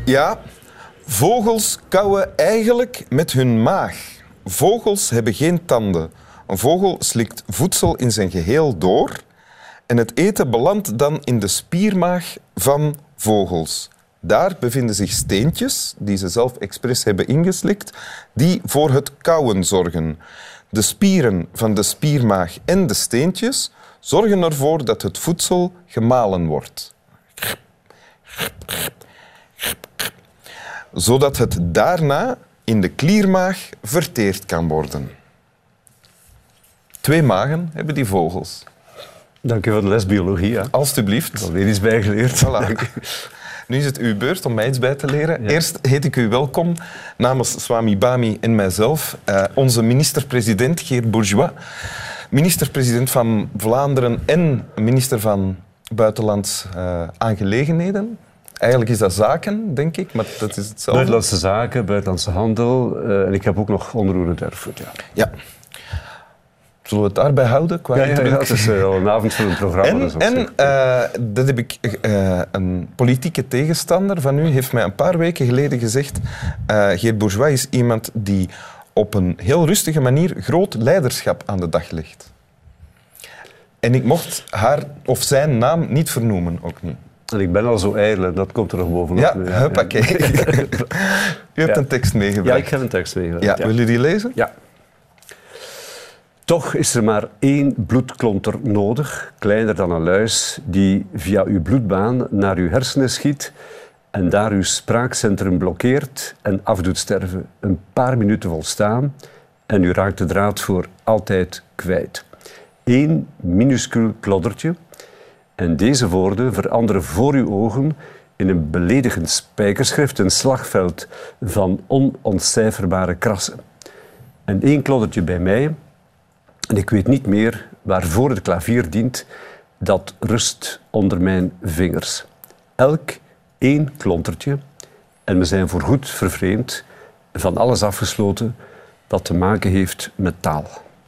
Ja, vogels kauwen eigenlijk met hun maag. Vogels hebben geen tanden. Een vogel slikt voedsel in zijn geheel door en het eten belandt dan in de spiermaag van vogels. Daar bevinden zich steentjes, die ze zelf expres hebben ingeslikt, die voor het kauwen zorgen. De spieren van de spiermaag en de steentjes zorgen ervoor dat het voedsel gemalen wordt. Zodat het daarna in de kliermaag verteerd kan worden. 2 magen hebben die vogels. Dank u voor de les biologie. Ja. Alsjeblieft. Alweer iets bijgeleerd. Voilà. Nu is het uw beurt om mij iets bij te leren. Ja. Eerst heet ik u welkom namens Swami Bami en mijzelf, onze minister-president Geert Bourgeois, minister-president van Vlaanderen en minister van Buitenlandse Aangelegenheden. Eigenlijk is dat zaken, denk ik, maar dat is hetzelfde. Buitenlandse zaken, buitenlandse handel en ik heb ook nog onroerend erfgoed. Ja. Zullen we het daarbij houden? Ja, het is al een avond van een programma. Dat heb ik... een politieke tegenstander van u heeft mij een paar weken geleden gezegd... Geert Bourgeois is iemand die op een heel rustige manier groot leiderschap aan de dag legt. En ik mocht haar of zijn naam niet vernoemen, ook niet. En ik ben al zo ijdel, dat komt er nog bovenop. Ja, huppakee. U hebt een tekst meegebracht. Ja, ik heb een tekst meegebracht. Ja, wil u die lezen? Ja. Toch is er maar 1 bloedklonter nodig, kleiner dan een luis, die via uw bloedbaan naar uw hersenen schiet en daar uw spraakcentrum blokkeert en afdoet sterven. Een paar minuten volstaan en u raakt de draad voor altijd kwijt. 1 minuscuul kloddertje en deze woorden veranderen voor uw ogen in een beledigend spijkerschrift, een slagveld van onontcijferbare krassen. En 1 kloddertje bij mij... En ik weet niet meer waarvoor het klavier dient, dat rust onder mijn vingers. Elk 1 klontertje en we zijn voorgoed vervreemd, van alles afgesloten dat te maken heeft met taal.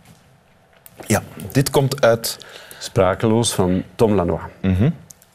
Ja, dit komt uit... Sprakeloos van Tom Lanois. Mm-hmm.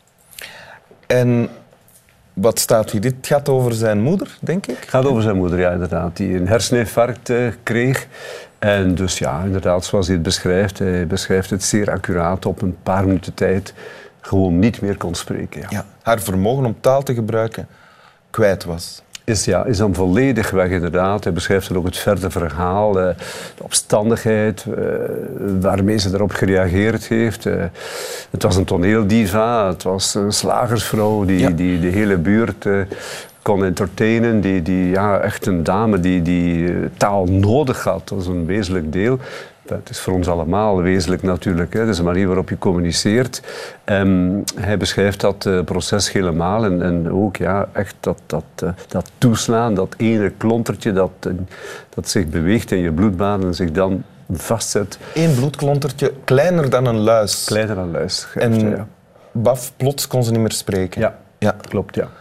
En wat staat hier? Dit gaat over zijn moeder, denk ik? Het gaat over zijn moeder, ja, inderdaad, die een herseninfarct kreeg. En dus ja, inderdaad, zoals hij beschrijft het zeer accuraat, op een paar minuten tijd gewoon niet meer kon spreken. Ja. Ja, haar vermogen om taal te gebruiken kwijt was. Is dan volledig weg, inderdaad. Hij beschrijft dan ook het verder verhaal, de omstandigheid waarmee ze daarop gereageerd heeft. Het was een toneeldiva, het was een slagersvrouw die de hele buurt kon entertainen. Echt een dame die taal nodig had, dat is een wezenlijk deel. Het is voor ons allemaal wezenlijk natuurlijk. Hè. Dat is de manier waarop je communiceert. Hij beschrijft dat proces helemaal. En ook echt dat toeslaan, dat ene klontertje dat zich beweegt in je bloedbaan en zich dan vastzet. 1 bloedklontertje, kleiner dan een luis. Kleiner dan een luis. En baf, plots kon ze niet meer spreken. Ja, klopt, ja.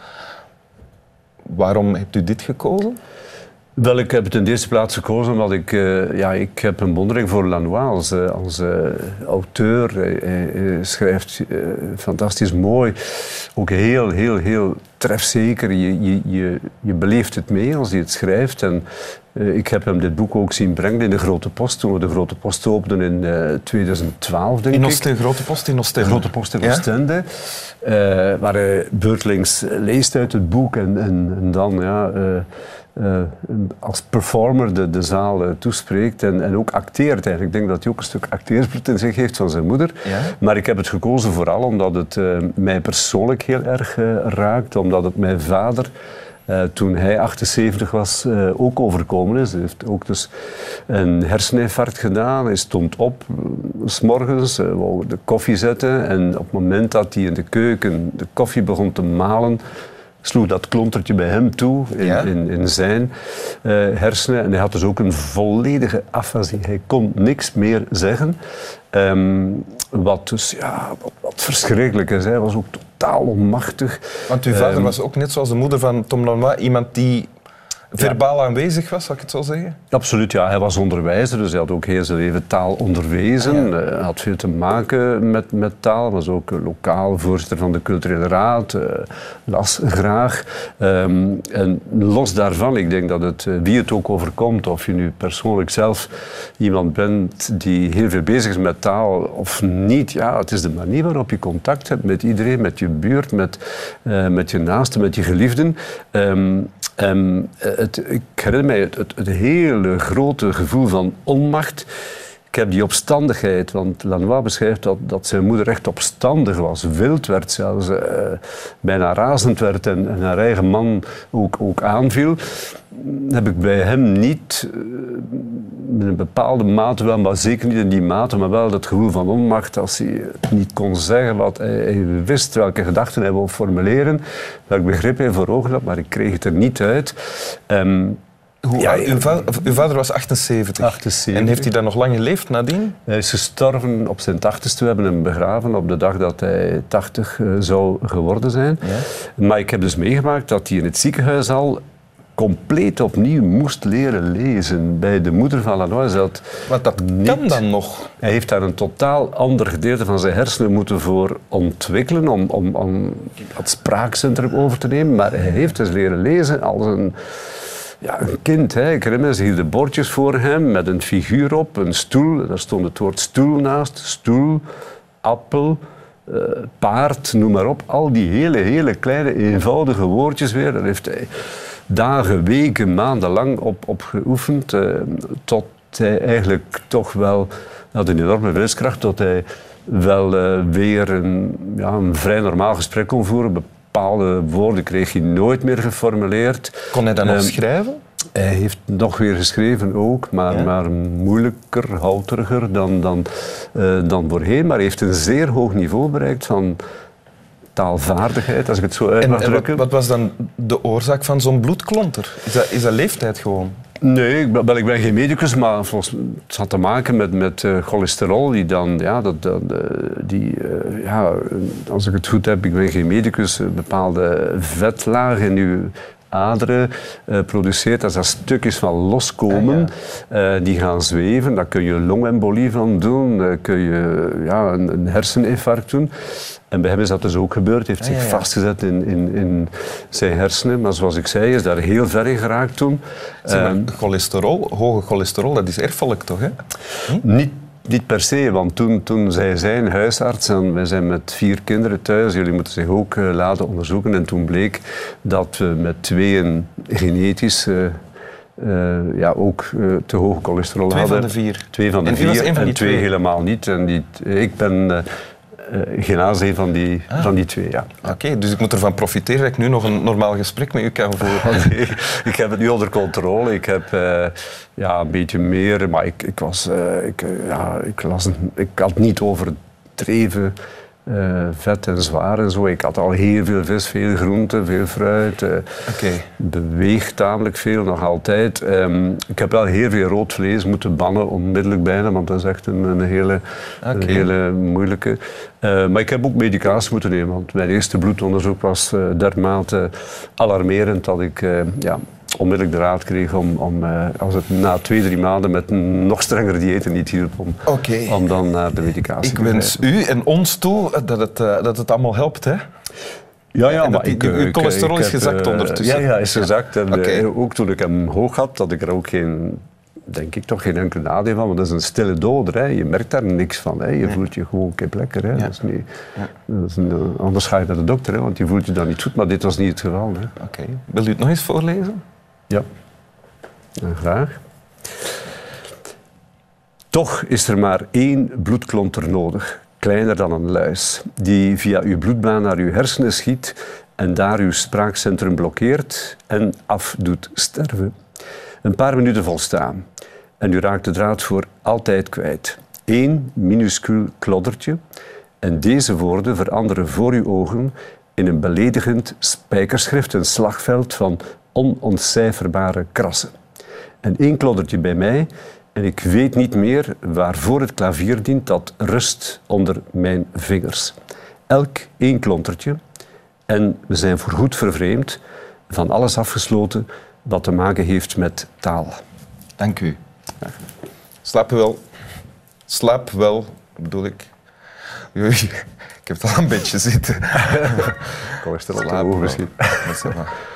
Waarom hebt u dit gekozen? Wel, ik heb het in de eerste plaats gekozen omdat ik heb een bewondering voor Lanois als auteur. Hij schrijft fantastisch mooi, ook heel trefzeker. Je beleeft het mee als hij het schrijft. En ik heb hem dit boek ook zien brengen in de Grote Post, toen we de Grote Post openden in 2012, denk ik. De Grote Post in Oostende. Grote Post in Oostende. Waar hij beurtelings leest uit het boek en dan... als performer de zaal toespreekt en ook acteert eigenlijk. Ik denk dat hij ook een stuk acteersbloed in zich heeft van zijn moeder. Ja? Maar ik heb het gekozen vooral omdat het mij persoonlijk heel erg raakt. Omdat het mijn vader, toen hij 78 was, ook overkomen is. Hij heeft ook dus een herseninfarct gedaan. Hij stond op, 's morgens, wou de koffie zetten. En op het moment dat hij in de keuken de koffie begon te malen, sloeg dat klontertje bij hem toe in zijn hersenen. En hij had dus ook een volledige afasie. Hij kon niks meer zeggen. Wat dus wat verschrikkelijk is. Hij was ook totaal onmachtig. Want uw vader was ook net zoals de moeder van Tom Lanois iemand die verbaal aanwezig was, zal ik het zo zeggen? Absoluut, ja. Hij was onderwijzer, dus hij had ook heel zijn leven taal onderwezen. Hij had veel te maken met taal. Hij was ook lokaal voorzitter van de culturele raad. Las graag. En los daarvan, ik denk dat wie het ook overkomt, of je nu persoonlijk zelf iemand bent die heel veel bezig is met taal of niet, ja, het is de manier waarop je contact hebt met iedereen, met je buurt, met je naasten, met je geliefden. Ik herinner mij het hele grote gevoel van onmacht. Ik heb die opstandigheid, want Lanois beschrijft dat zijn moeder echt opstandig was, wild werd zelfs, bijna razend werd en haar eigen man ook aanviel. Heb ik bij hem niet, in een bepaalde mate wel, maar zeker niet in die mate, maar wel dat gevoel van onmacht als hij niet kon zeggen wat hij wist, welke gedachten hij wou formuleren, welk begrip hij voor ogen had, maar ik kreeg het er niet uit. Uw vader was 78. En heeft hij dan nog lang geleefd nadien? Hij is gestorven op zijn 80ste. We hebben hem begraven op de dag dat hij 80 zou geworden zijn. Ja. Maar ik heb dus meegemaakt dat hij in het ziekenhuis al compleet opnieuw moest leren lezen bij de moeder van Lanois. Want dat kan dan nog? Hij heeft daar een totaal ander gedeelte van zijn hersenen moeten voor ontwikkelen om dat spraakcentrum over te nemen. Maar hij heeft dus leren lezen als een kind. Hè. Ik herinner me hier de bordjes voor hem met een figuur op, een stoel. Daar stond het woord stoel naast. Stoel, appel, paard, noem maar op. Al die hele kleine, eenvoudige woordjes weer. Daar heeft hij dagen, weken, maanden lang op geoefend. Tot hij eigenlijk toch wel had een enorme wilskracht. Tot hij wel weer een vrij normaal gesprek kon voeren. Bepaalde woorden kreeg hij nooit meer geformuleerd. Kon hij dan nog schrijven? Hij heeft nog weer geschreven ook, maar moeilijker, houteriger dan voorheen. Maar hij heeft een zeer hoog niveau bereikt van taalvaardigheid, als ik het zo uit mag drukken. Wat was dan de oorzaak van zo'n bloedklonter? Is dat leeftijd gewoon? Nee, ik ben geen medicus, maar het had te maken met cholesterol die dan, als ik het goed heb, ik ben geen medicus, een bepaalde vetlaag in uw aderen produceert, als dat stukjes van loskomen, die gaan zweven. Daar kun je longembolie van doen, daar kun je een herseninfarct doen. En bij hem is dat dus ook gebeurd. Hij heeft zich vastgezet in zijn hersenen. Maar zoals ik zei, is daar heel ver in geraakt toen. Hoge cholesterol, dat is erfelijk toch? Hè? Niet per se, want toen zei zijn huisarts, en wij zijn met 4 kinderen thuis, jullie moeten zich ook laten onderzoeken. En toen bleek dat we met 2 genetisch ook te hoge cholesterol hadden. 2 van de 4? 2 van de 4 en 2 helemaal niet. En ik ben helaas een van die 2, ja. Oké, dus ik moet ervan profiteren dat ik nu nog een normaal gesprek met u kan voeren. Nee, ik heb het nu onder controle. Ik heb een beetje meer, maar ik had niet overdreven vet en zwaar en zo. Ik had al heel veel vis, veel groenten, veel fruit. Beweeg tamelijk veel, nog altijd. Ik heb wel heel veel rood vlees moeten bannen, onmiddellijk bijna, want dat is echt een hele moeilijke. Maar ik heb ook medicatie moeten nemen, want mijn eerste bloedonderzoek was dermate alarmerend dat ik onmiddellijk de raad kreeg om als het na 2-3 maanden met een nog strengere diëten niet hielp, om dan naar de medicatie te gaan. Ik wens u en ons toe dat het allemaal helpt, hè? Ja, maar uw cholesterol is gezakt ondertussen. Ja, is gezakt. En ook toen ik hem hoog had, had ik er ook geen enkel nadeel van. Want dat is een stille doder. Hè. Je merkt daar niks van. Hè. Je voelt je gewoon kip lekker. Hè. Ja. Anders ga je naar de dokter, hè, want je voelt je dan niet goed. Maar dit was niet het geval. Oké. Wil u het nog eens voorlezen? Ja, graag. Toch is er maar 1 bloedklonter nodig, kleiner dan een luis, die via uw bloedbaan naar uw hersenen schiet en daar uw spraakcentrum blokkeert en af doet sterven. Een paar minuten volstaan en u raakt de draad voor altijd kwijt. 1 minuscuul kloddertje en deze woorden veranderen voor uw ogen in een beledigend spijkerschrift, een slagveld van onontcijferbare krassen. En 1 kloddertje bij mij en ik weet niet meer waarvoor het klavier dient dat rust onder mijn vingers. Elk 1 klontertje en we zijn voorgoed vervreemd, van alles afgesloten, dat te maken heeft met taal. Dank u. Slaap wel. Slaap wel, bedoel ik. Oei, ik heb het al een beetje zitten. Cholesterol te Slaap hoog wel. misschien. Dat is wel.